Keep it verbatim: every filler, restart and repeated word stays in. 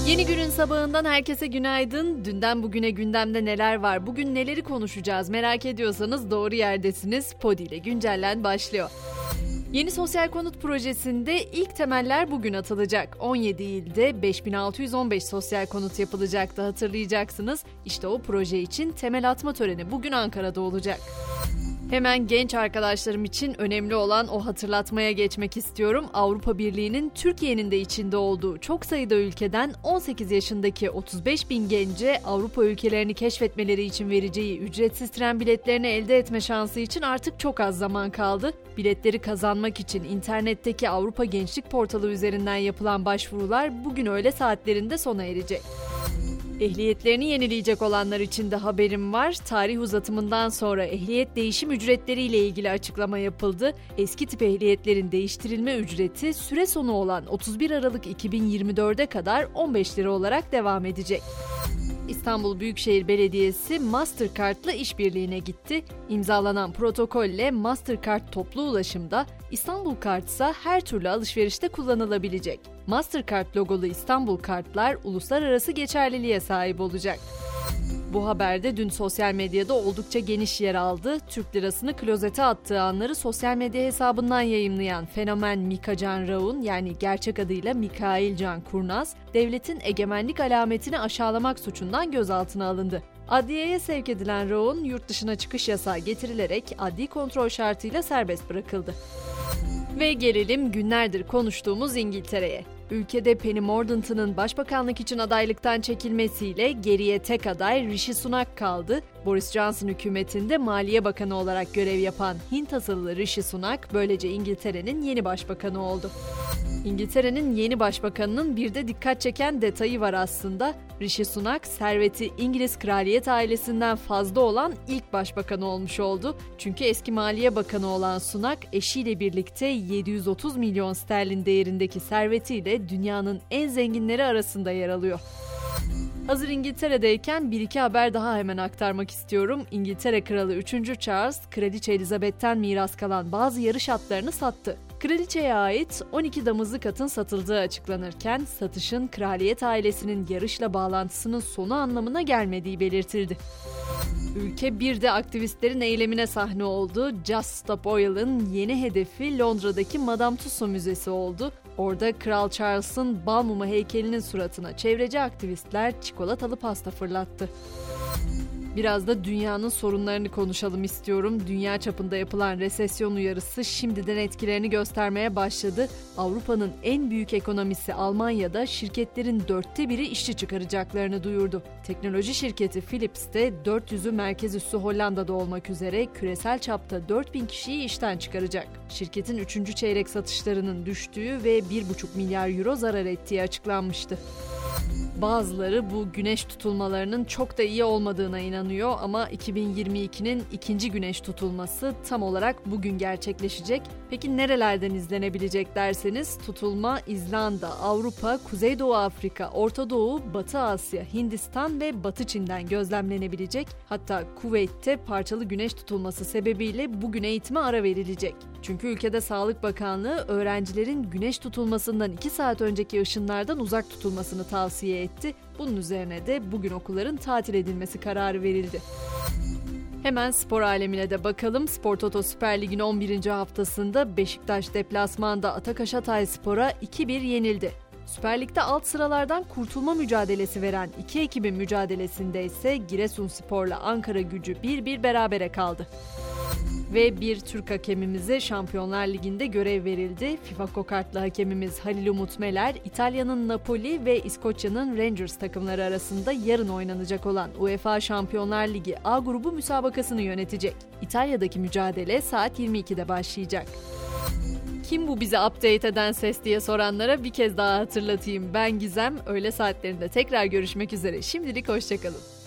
Yeni günün sabahından herkese günaydın. Dünden bugüne gündemde neler var? Bugün neleri konuşacağız? Merak ediyorsanız doğru yerdesiniz. Podi ile Güncellen başlıyor. Yeni sosyal konut projesinde ilk temeller bugün atılacak. on yedi ilde beş bin altı yüz on beş sosyal konut yapılacaktı, hatırlayacaksınız. İşte o proje için temel atma töreni bugün Ankara'da olacak. Hemen genç arkadaşlarım için önemli olan o hatırlatmaya geçmek istiyorum. Avrupa Birliği'nin Türkiye'nin de içinde olduğu çok sayıda ülkeden on sekiz yaşındaki otuz beş bin gence Avrupa ülkelerini keşfetmeleri için vereceği ücretsiz tren biletlerini elde etme şansı için artık çok az zaman kaldı. Biletleri kazanmak için internetteki Avrupa Gençlik Portalı üzerinden yapılan başvurular bugün öğle saatlerinde sona erecek. Ehliyetlerini yenileyecek olanlar için de haberim var. Tarih uzatımından sonra ehliyet değişim ücretleriyle ilgili açıklama yapıldı. Eski tip ehliyetlerin değiştirilme ücreti süre sonu olan otuz bir Aralık iki bin yirmi dörde kadar on beş lira olarak devam edecek. İstanbul Büyükşehir Belediyesi Mastercard'la işbirliğine gitti. İmzalanan protokolle Mastercard toplu ulaşımda, İstanbul Kart ise her türlü alışverişte kullanılabilecek. Mastercard logolu İstanbul Kartlar uluslararası geçerliliğe sahip olacak. Bu haberde dün sosyal medyada oldukça geniş yer aldı. Türk lirasını klozete attığı anları sosyal medya hesabından yayımlayan fenomen Mika Can Raun, yani gerçek adıyla Mikail Can Kurnaz, devletin egemenlik alametini aşağılamak suçundan gözaltına alındı. Adliyeye sevk edilen Raun, yurt dışına çıkış yasağı getirilerek adli kontrol şartıyla serbest bırakıldı. Ve gelelim günlerdir konuştuğumuz İngiltere'ye. Ülkede Penny Mordaunt'ın başbakanlık için adaylıktan çekilmesiyle geriye tek aday Rishi Sunak kaldı. Boris Johnson hükümetinde Maliye Bakanı olarak görev yapan Hint asıllı Rishi Sunak böylece İngiltere'nin yeni başbakanı oldu. İngiltere'nin yeni başbakanının bir de dikkat çeken detayı var aslında. Rishi Sunak, serveti İngiliz kraliyet ailesinden fazla olan ilk başbakan olmuş oldu. Çünkü eski Maliye Bakanı olan Sunak, eşiyle birlikte yedi yüz otuz milyon sterlin değerindeki servetiyle dünyanın en zenginleri arasında yer alıyor. Hazır İngiltere'deyken bir iki haber daha hemen aktarmak istiyorum. İngiltere Kralı üçüncü Charles, Kraliçe Elizabeth'ten miras kalan bazı yarış atlarını sattı. Kraliçeye ait on iki damızlık atın satıldığı açıklanırken satışın kraliyet ailesinin yarışla bağlantısının sonu anlamına gelmediği belirtildi. Ülke bir de aktivistlerin eylemine sahne oldu. Just Stop Oil'ın yeni hedefi Londra'daki Madame Tussauds Müzesi oldu. Orada Kral Charles'ın bal mumu heykelinin suratına çevreci aktivistler çikolatalı pasta fırlattı. Biraz da dünyanın sorunlarını konuşalım istiyorum. Dünya çapında yapılan resesyon uyarısı şimdiden etkilerini göstermeye başladı. Avrupa'nın en büyük ekonomisi Almanya'da şirketlerin dörtte biri işçi çıkaracaklarını duyurdu. Teknoloji şirketi Philips de dört yüzü merkez üssü Hollanda'da olmak üzere küresel çapta dört bin kişiyi işten çıkaracak. Şirketin üçüncü çeyrek satışlarının düştüğü ve bir buçuk milyar euro zarar ettiği açıklanmıştı. Bazıları bu güneş tutulmalarının çok da iyi olmadığına inanıyor ama iki bin yirmi ikinin ikinci güneş tutulması tam olarak bugün gerçekleşecek. Peki nerelerden izlenebilecek derseniz tutulma İzlanda, Avrupa, Kuzeydoğu Afrika, Orta Doğu, Batı Asya, Hindistan ve Batı Çin'den gözlemlenebilecek. Hatta Kuveyt'te parçalı güneş tutulması sebebiyle bugün eğitime ara verilecek. Çünkü ülkede Sağlık Bakanlığı öğrencilerin güneş tutulmasından iki saat önceki ışınlardan uzak tutulmasını tavsiye etti. Bunun üzerine de bugün okulların tatil edilmesi kararı verildi. Hemen spor alemine de bakalım. Spor Toto Süper Lig'in on birinci haftasında Beşiktaş deplasmanda Atakaş Hatayspor'a iki bir yenildi. Süper Lig'de alt sıralardan kurtulma mücadelesi veren iki ekibin mücadelesinde ise Giresunspor'la Ankaragücü bir bir berabere kaldı. Ve bir Türk hakemimize Şampiyonlar Ligi'nde görev verildi. FIFA kokartlı hakemimiz Halil Umut Meler, İtalya'nın Napoli ve İskoçya'nın Rangers takımları arasında yarın oynanacak olan UEFA Şampiyonlar Ligi A grubu müsabakasını yönetecek. İtalya'daki mücadele saat yirmi ikide başlayacak. Kim bu bizi update eden ses diye soranlara bir kez daha hatırlatayım. Ben Gizem. Öğle saatlerinde tekrar görüşmek üzere. Şimdilik hoşçakalın.